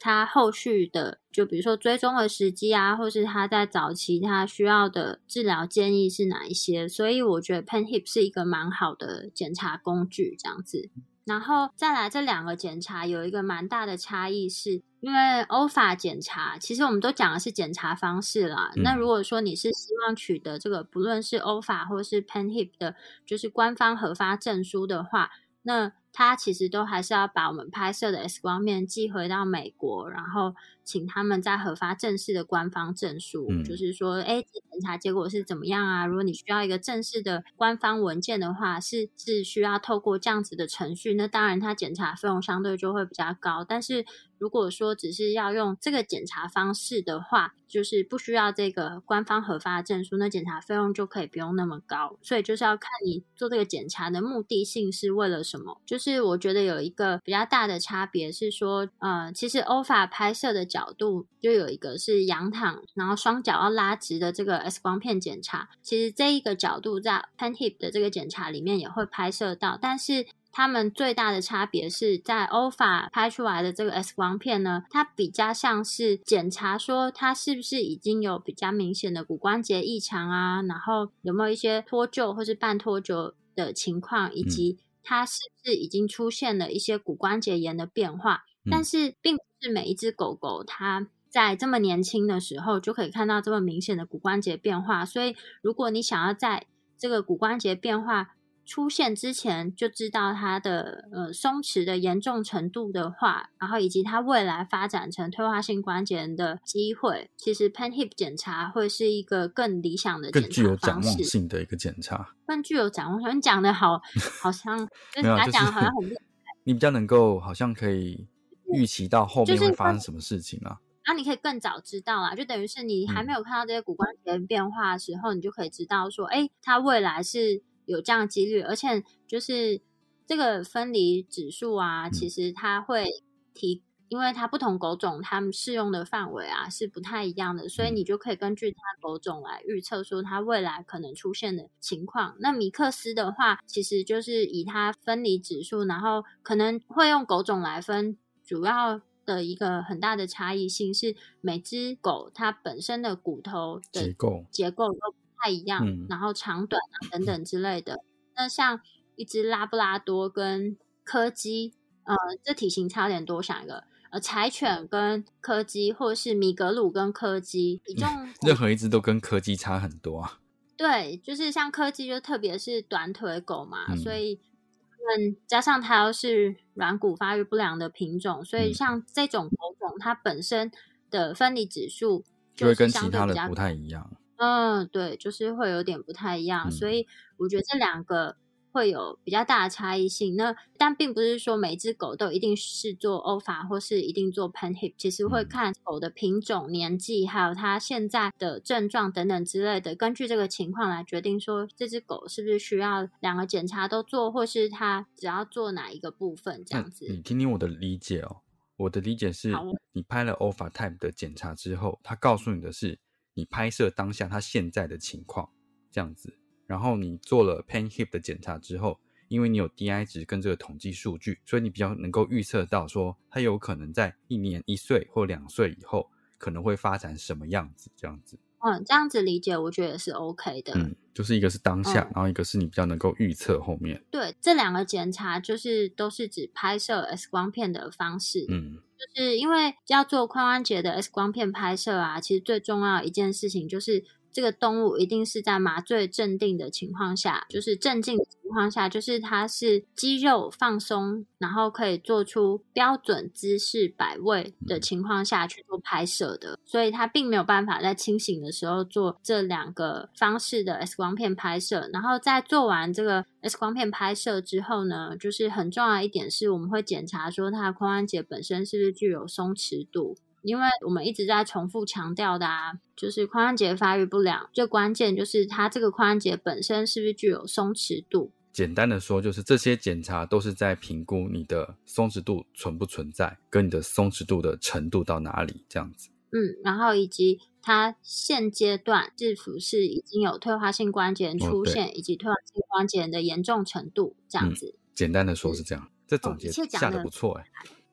他后续的就比如说追踪的时机啊，或是他在早期他需要的治疗建议是哪一些，所以我觉得 PanHIP 是一个蛮好的检查工具这样子。然后再来这两个检查有一个蛮大的差异，是因为 OFA 检查其实我们都讲的是检查方式啦，那如果说你是希望取得这个不论是 OFA 或是 PanHIP 的就是官方核发证书的话，那他其实都还是要把我们拍摄的 X 光片寄回到美国，然后请他们再核发正式的官方证书，就是说这检查结果是怎么样啊，如果你需要一个正式的官方文件的话，是需要透过这样子的程序，那当然它检查费用相对就会比较高，但是如果说只是要用这个检查方式的话，就是不需要这个官方核发的证书，那检查费用就可以不用那么高，所以就是要看你做这个检查的目的性是为了什么。就是我觉得有一个比较大的差别是说其实 OFA 拍摄的角度就有一个是仰躺然后双脚要拉直的这个 X 光片检查，其实这一个角度在 PanHIP 的这个检查里面也会拍摄到，但是他们最大的差别是在 OFA 拍出来的这个 X 光片呢，它比较像是检查说它是不是已经有比较明显的骨关节异常啊，然后有没有一些脱臼或是半脱臼的情况，以及它是不是已经出现了一些骨关节炎的变化，但是并不是每一只狗狗它在这么年轻的时候就可以看到这么明显的骨关节变化，所以如果你想要在这个骨关节变化出现之前就知道它的松弛的严重程度的话，然后以及它未来发展成退化性关节炎的机会，其实 PanHIP 检查会是一个更理想的检查方式， 更具有展望性的一个检查， 更具有展望性。你讲的好像就是他讲的好像很厉害， 你比较能够好像可以预期到后面会发生什么事情啊， 然后你可以更早知道啦，就等于是你还没有看到这些骨关节变化的时候，你就可以知道说它未来是有这样的几率，而且就是这个分离指数啊，其实它会因为它不同狗种它们适用的范围啊是不太一样的，所以你就可以根据它狗种来预测说它未来可能出现的情况。那米克斯的话其实就是以它分离指数，然后可能会用狗种来分，主要的一个很大的差异性是每只狗它本身的骨头的结构都不太一样，然后长短啊等等之类的。那像一只拉布拉多跟柯基这体型差点多，想一个柴犬跟柯基，或是米格鲁跟柯基，体重任何一只都跟柯基差很多啊。 对，就是像柯基就特别是短腿狗嘛，所以加上它又是软骨发育不良的品种，所以像这种狗种它本身的分离指数就会跟其他的不太一样。 对，就是会有点不太一样，所以我觉得这两个会有比较大的差异性。那但并不是说每只狗都一定是做 OFA 或是一定做 PanHIP， 其实会看狗的品种、年纪，还有它现在的症状等等之类的，根据这个情况来决定说这只狗是不是需要两个检查都做，或是它只要做哪一个部分这样子。 你听听我的理解哦。我的理解是，你拍了 OFA Type 的检查之后，它告诉你的是你拍摄当下它现在的情况这样子，然后你做了 PanHIP 的检查之后，因为你有 DI 值跟这个统计数据，所以你比较能够预测到说它有可能在1年、1岁或2岁以后可能会发展什么样子这样子。 这样子理解我觉得也是 OK 的。 就是一个是当下，然后一个是你比较能够预测后面。 对，这两个检查就是都是指拍摄 X 光片的方式。就是因为要做髋关节的 X 光片拍摄啊，其实最重要的一件事情就是这个动物一定是在麻醉镇定的情况下，就是镇静的情况下，就是它是肌肉放松，然后可以做出标准姿势摆位的情况下去做拍摄的，所以它并没有办法在清醒的时候做这两个方式的 X 光片拍摄。然后在做完这个 X 光片拍摄之后呢，就是很重要的一点是我们会检查说它的髋关节本身是不是具有松弛度，因为我们一直在重复强调的就是髋关节发育不良最关键就是它这个髋关节本身是不是具有松弛度。 简单的说就是这些检查都是在评估你的松弛度存不存在，跟你的松弛度的程度到哪里这样子。 然后以及它现阶段是否是已经有退化性关节炎出现，以及退化性关节炎的严重程度这样子。 简单的说是这样。这总结下得不错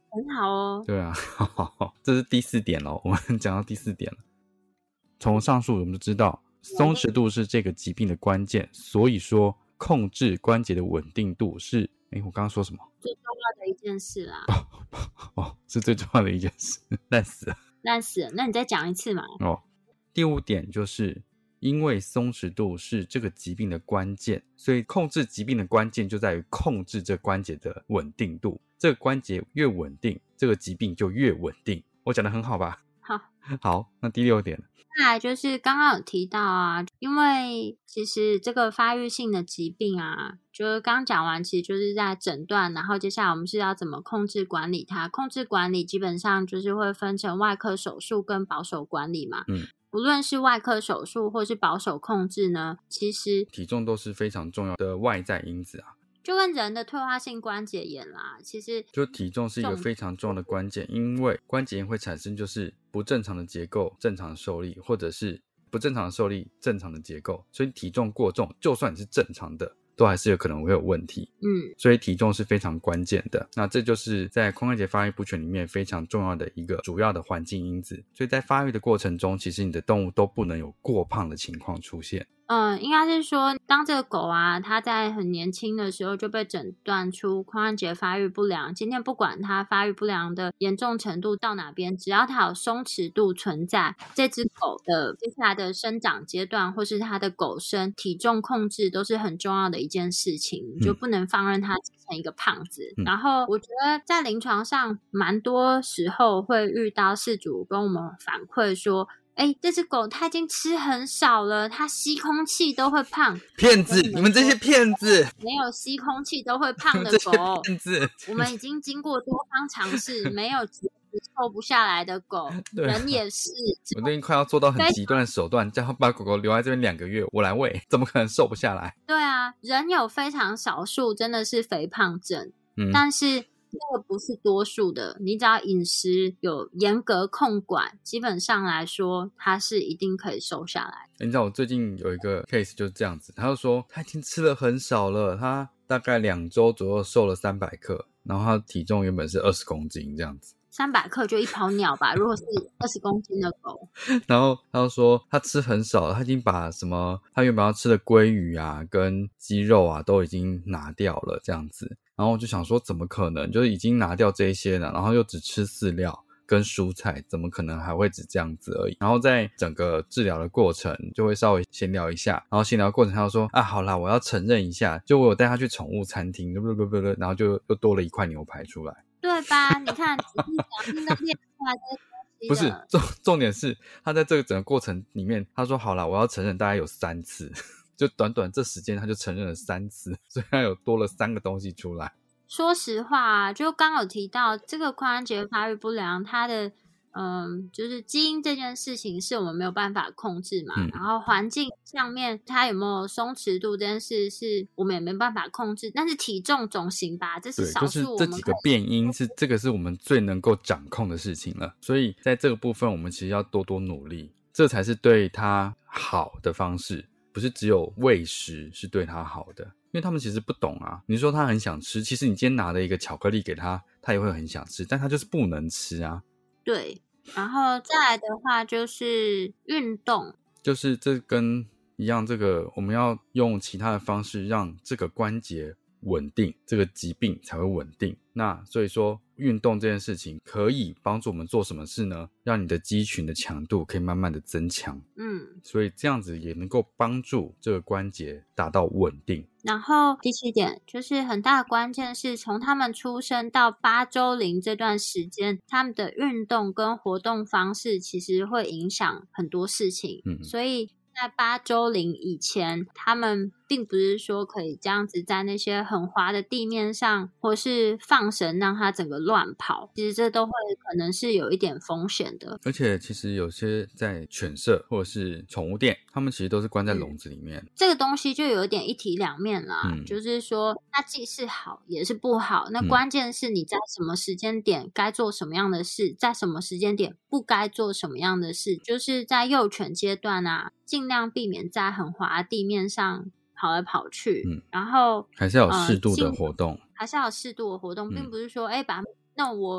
很好哦。 对啊，这是第4点咯，我们讲到第4点了。从上述我们就知道松弛度是这个疾病的关键，所以说控制关节的稳定度是我刚刚说什么？ 最重要的一件事啦。 是最重要的一件事。烂死了。 那你再讲一次嘛。 第5点就是因为松弛度是这个疾病的关键，所以控制疾病的关键就在于控制这关节的稳定度。这个关节越稳定，这个疾病就越稳定。我讲得很好吧？好，那第6点。 再来就是刚刚有提到啊，因为其实这个发育性的疾病啊，就是刚讲完，其实就是在诊断，然后接下来我们是要怎么控制管理它。控制管理基本上就是会分成外科手术跟保守管理嘛。不论是外科手术或是保守控制呢，其实体重都是非常重要的外在因子啊。 就跟人的退化性关节炎啦，其实就体重是一个非常重要的关键，因为关节炎会产生就是不正常的结构正常的受力，或者是不正常的受力正常的结构，所以体重过重就算你是正常的都还是有可能会有问题。所以体重是非常关键的。那这就是在髋关节发育不全里面非常重要的一个主要的环境因子。所以在发育的过程中，其实你的动物都不能有过胖的情况出现。 应该是说，当这个狗啊，它在很年轻的时候就被诊断出髋关节发育不良。今天不管它发育不良的严重程度到哪边，只要它有松弛度存在，这只狗的接下来的生长阶段，或是它的狗生体重控制都是很重要的一件事情，你就不能放任它成一个胖子。然后我觉得在临床上，蛮多时候会遇到饲主跟我们反馈说，这只狗它已经吃很少了，它吸空气都会胖。 骗子，你们这些骗子！ 没有吸空气都会胖的狗， 骗子！ 我们已经经过多方尝试，没有瘦不下来的狗，人也是。 我最近快要做到很极端的手段，叫他把狗狗留在这边2个月，我来喂，怎么可能瘦不下来？ 对啊，人有非常少数真的是肥胖症，但是这个不是多数的，你只要饮食有严格控管，基本上来说它是一定可以瘦下来。 你知道我最近有一个 case 就是这样子，他就说他已经吃了很少了，他大概2周左右瘦了300克，然后他体重原本是20公斤这样子。 300克就一泡尿吧，如果是20公斤的狗。 然后他就说他吃很少，他已经把什么他原本要吃的鲑鱼啊跟鸡肉啊都已经拿掉了这样子。然后我就想说怎么可能，就是已经拿掉这一些了，然后又只吃饲料跟蔬菜，怎么可能还会只这样子而已。然后在整个治疗的过程就会稍微闲聊一下，然后闲聊过程他就说好啦，我要承认一下，就我有带他去宠物餐厅，然后就又多了一块牛排出来。 对吧？你看只是想听到练出来的东西。 不是重点是他在这个整个过程里面他说好啦，我要承认大概有3次就短短这时间他就承认了3次，所以他有多了3个东西出来。 说实话就刚有提到这个髋关节发育不良，它的就是基因这件事情是我们没有办法控制嘛，然后环境上面它有没有松弛度这件事是我们也没办法控制，但是体重总行吧，这是少数我们就是这几个变因是这个是我们最能够掌控的事情了，所以在这个部分我们其实要多多努力，这才是对它好的方式，不是只有喂食是对它好的。因为他们其实不懂啊，你说他很想吃，其实你今天拿了一个巧克力给他，他也会很想吃，但他就是不能吃啊。 对，然后再来的话就是运动， 就是这跟一样，这个我们要用其他的方式让这个关节稳定，这个疾病才会稳定。那所以说运动这件事情可以帮助我们做什么事呢？让你的肌群的强度可以慢慢的增强，所以这样子也能够帮助这个关节达到稳定。 然后第7点就是很大的关键是从他们出生到8周龄这段时间，他们的运动跟活动方式其实会影响很多事情，所以在8周龄以前，他们并不是说可以这样子在那些很滑的地面上，或是放绳让它整个乱跑，其实这都会可能是有一点风险的。 而且其实有些在犬舍或者是宠物店，他们其实都是关在笼子里面， 这个东西就有一点一体两面啦，就是说它既是好也是不好，那关键是你在什么时间点该做什么样的事，在什么时间点不该做什么样的事，就是在幼犬阶段啊，尽量避免在很滑的地面上跑来跑去，然后还是要有适度的活动， 还是要有适度的活动，并不是说那我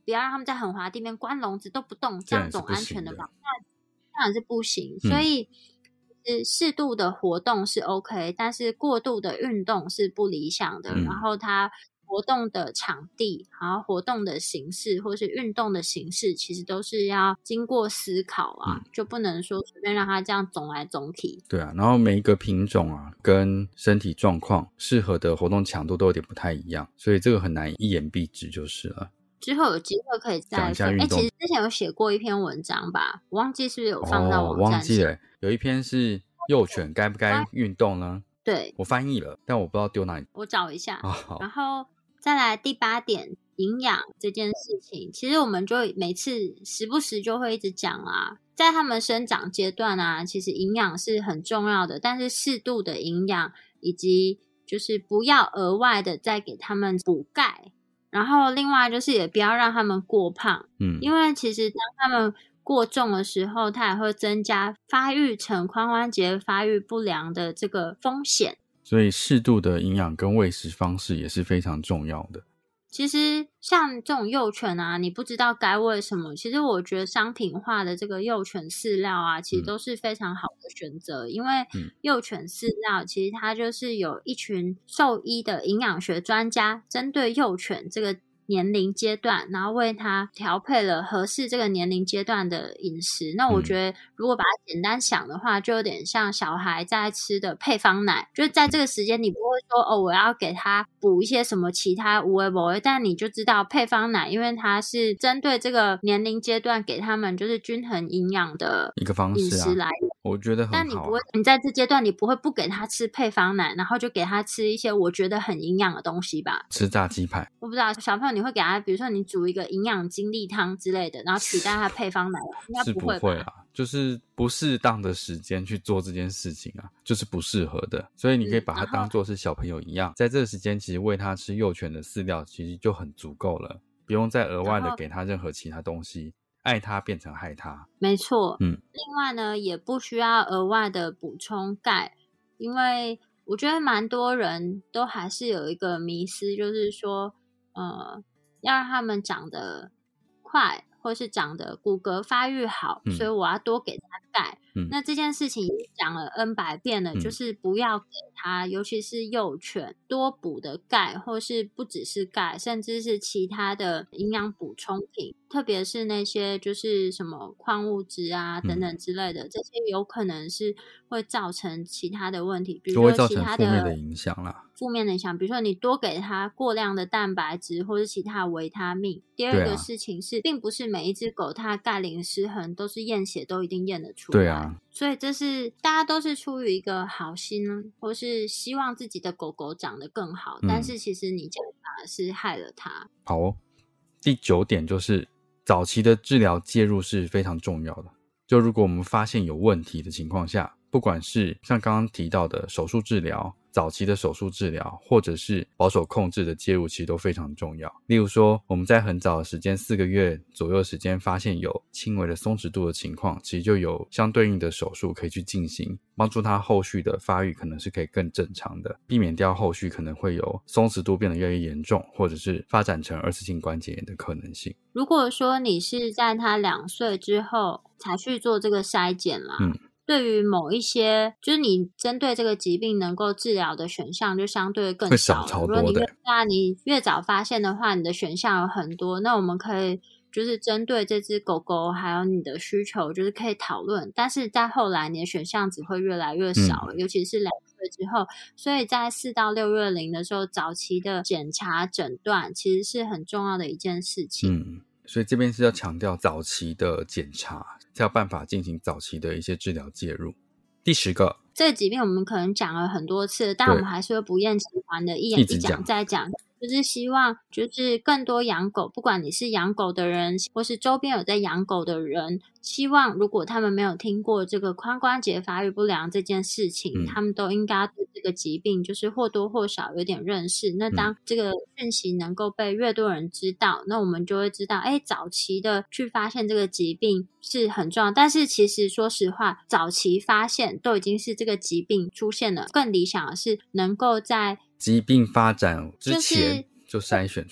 不要让他们在很滑的地面关笼子都不动，这样种安全的方法当然是不行。所以适度的活动是 OK， 但是过度的运动是不理想的。然后它活动的场地，然后活动的形式或是运动的形式，其实都是要经过思考啊，就不能说随便让它这样总来总去。 对啊，然后每一个品种啊跟身体状况适合的活动强度都有点不太一样，所以这个很难一言蔽之就是了。 之后有机会可以再讲一下运动。 其实之前有写过一篇文章吧，我忘记是不是有放到网站上。 忘记了，有一篇是幼犬该不该运动呢？ 对， 我翻译了，但我不知道丢哪里。 我找一下。 好， 然后再来第8点，营养这件事情，其实我们就每次时不时就会一直讲啊，在他们生长阶段啊，其实营养是很重要的，但是适度的营养以及就是不要额外的再给他们补钙。然后另外就是也不要让他们过胖，因为其实当他们过重的时候，它也会增加发育成髋关节发育不良的这个风险。 所以适度的营养跟喂食方式也是非常重要的。 其实像这种幼犬啊，你不知道该喂什么，其实我觉得商品化的这个幼犬饲料啊，其实都是非常好的选择。因为幼犬饲料其实它就是有一群兽医的营养学专家针对幼犬这个年龄阶段，然后为它调配了合适这个年龄阶段的饮食。那我觉得如果把它简单想的话，就有点像小孩在吃的配方奶，就是在这个时间你不会说我要给他补一些什么其他有的没的，但你就知道配方奶因为它是针对这个年龄阶段给他们就是均衡营养的一个方式饮食来源。 我觉得很好。 但你不会，你在这阶段你不会不给他吃配方奶，然后就给他吃一些我觉得很营养的东西吧？ 吃炸鸡排， 我不知道小朋友你会给他，比如说你煮一个营养精力汤之类的，然后取代他配方奶，应该不会吧？ 是不会啦，就是不适当的时间去做这件事情啊，就是不适合的。所以你可以把它当作是小朋友一样，在这个时间其实喂他吃幼犬的饲料其实就很足够了，不用再额外的给他任何其他东西。爱他变成害他， 没错。另外呢，也不需要额外的补充钙，因为我觉得蛮多人都还是有一个迷思，就是说，要让他们长得快，或是长得骨骼发育好，所以我要多给他钙。那这件事情也讲了 N 百遍了，就是不要给他，尤其是幼犬多补的钙，或是不只是钙，甚至是其他的营养补充品，特别是那些就是什么矿物质啊等等之类的，这些有可能是会造成其他的问题，比如说其他的负面的影响啦。 负面的影响，比如说你多给他过量的蛋白质或是其他维他命。第二个事情是，并不是每一只狗它的钙磷失衡都是验血都一定验得出来。 对啊， 所以这是大家都是出于一个好心，或是希望自己的狗狗长得更好，但是其实你这样反而是害了它。 好哦，第9点就是早期的治疗介入是非常重要的。就如果我们发现有问题的情况下，不管是像刚刚提到的手术治疗，早期的手术治疗，或者是保守控制的介入，其实都非常重要。例如说，我们在很早的时间4个月左右的时间发现有轻微的松弛度的情况，其实就有相对应的手术可以去进行，帮助它后续的发育可能是可以更正常的，避免掉后续可能会有松弛度变得越来越严重，或者是发展成二次性关节炎的可能性。 如果说你是在它2岁之后才去做这个筛检啦，对于某一些就是你针对这个疾病能够治疗的选项就相对更少了。 会少超多的。 如果你越早发现的话，你的选项有很多，那我们可以就是针对这只狗狗还有你的需求就是可以讨论，但是在后来你的选项只会越来越少，尤其是2岁之后。所以在4到6月龄的时候，早期的检查诊断其实是很重要的一件事情。 所以这边是要强调早期的检查，才有办法进行早期的一些治疗介入。第10个， 这个疾病我们可能讲了很多次，但我们还是会不厌其烦的一讲再讲，就是希望就是更多养狗，不管你是养狗的人或是周边有在养狗的人，希望如果他们没有听过这个髋关节发育不良这件事情，他们都应该对这个疾病就是或多或少有点认识。那当这个讯息能够被越多人知道，那我们就会知道早期的去发现这个疾病是很重要。但是其实说实话，早期发现都已经是这个疾病出现了，更理想的是能够在疾病发展之前就筛选出来。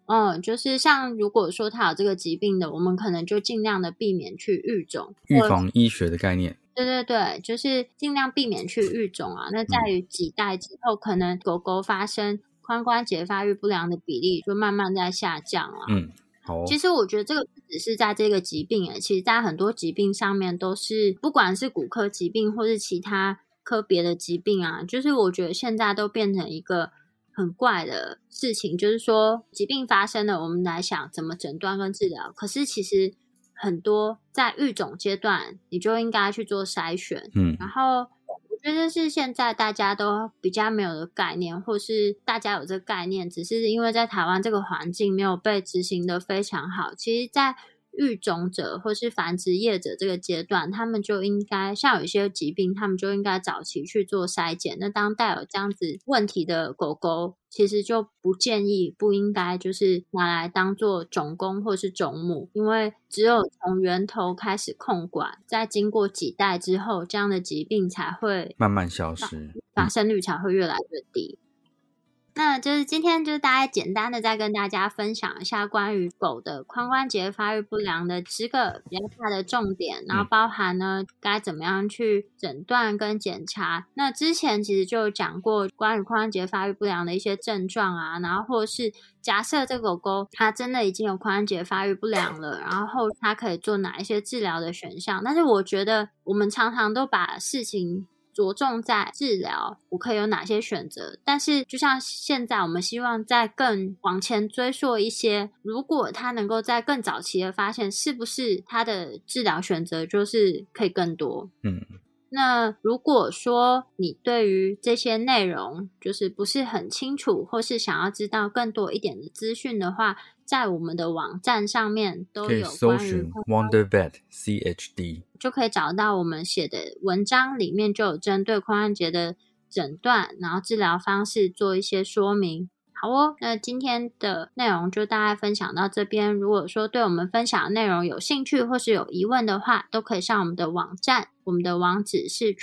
就是像如果说他有这个疾病的，我们可能就尽量的避免去育种， 预防医学的概念。 对对对，就是尽量避免去育种啊。那在于几代之后，可能狗狗发生髋关节发育不良的比例就慢慢在下降啊。 好。 其实我觉得这个不只是在这个疾病其实在很多疾病上面都是，不管是骨科疾病或是其他科别的疾病啊，就是我觉得现在都变成一个很怪的事情，就是说疾病发生了，我们来想怎么诊断跟治疗，可是其实很多在育种阶段你就应该去做筛选。然后我觉得是现在大家都比较没有的概念，或是大家有这个概念，只是因为在台湾这个环境没有被执行的非常好。其实在育种者或是繁殖业者这个阶段，他们就应该像有一些疾病，他们就应该早期去做筛检。那当带有这样子问题的狗狗，其实就不建议，不应该就是拿来当做种公或是种母，因为只有从源头开始控管，在经过几代之后，这样的疾病才会慢慢消失， 发生率才会越来越低。那就是今天就大概简单的再跟大家分享一下关于狗的髋关节发育不良的10个比较大的重点，然后包含呢该怎么样去诊断跟检查。那之前其实就有讲过关于髋关节发育不良的一些症状啊，然后或是假设这狗狗它真的已经有髋关节发育不良了，然后它可以做哪一些治疗的选项。但是我觉得我们常常都把事情着重在治疗，我可以有哪些选择，但是就像现在我们希望再更往前追溯一些，如果他能够在更早期的发现，是不是他的治疗选择就是可以更多。那如果说你对于这些内容就是不是很清楚，或是想要知道更多一点的资讯的话，在我们的网站上面都有关于可以搜寻 Wonder Vet CHD， 就可以找到我们写的文章，里面就有针对髋关节的诊断然后治疗方式做一些说明。好哦，那今天的内容就大概分享到这边。如果说对我们分享的内容有兴趣或是有疑问的话，都可以上我们的网站，我们的网址是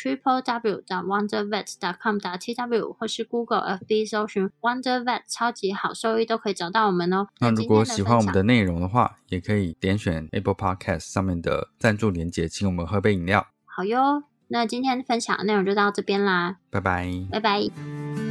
www.wondervet.com.tw 或是 Google FB 搜寻 Wonder Vet 超级好兽医都可以找到我们哦。 那如果喜欢我们的内容的话，也可以点选 Apple Podcast 上面的赞助连结，请我们喝杯饮料。 好哟，那今天分享的内容就到这边啦， 拜拜。 拜拜。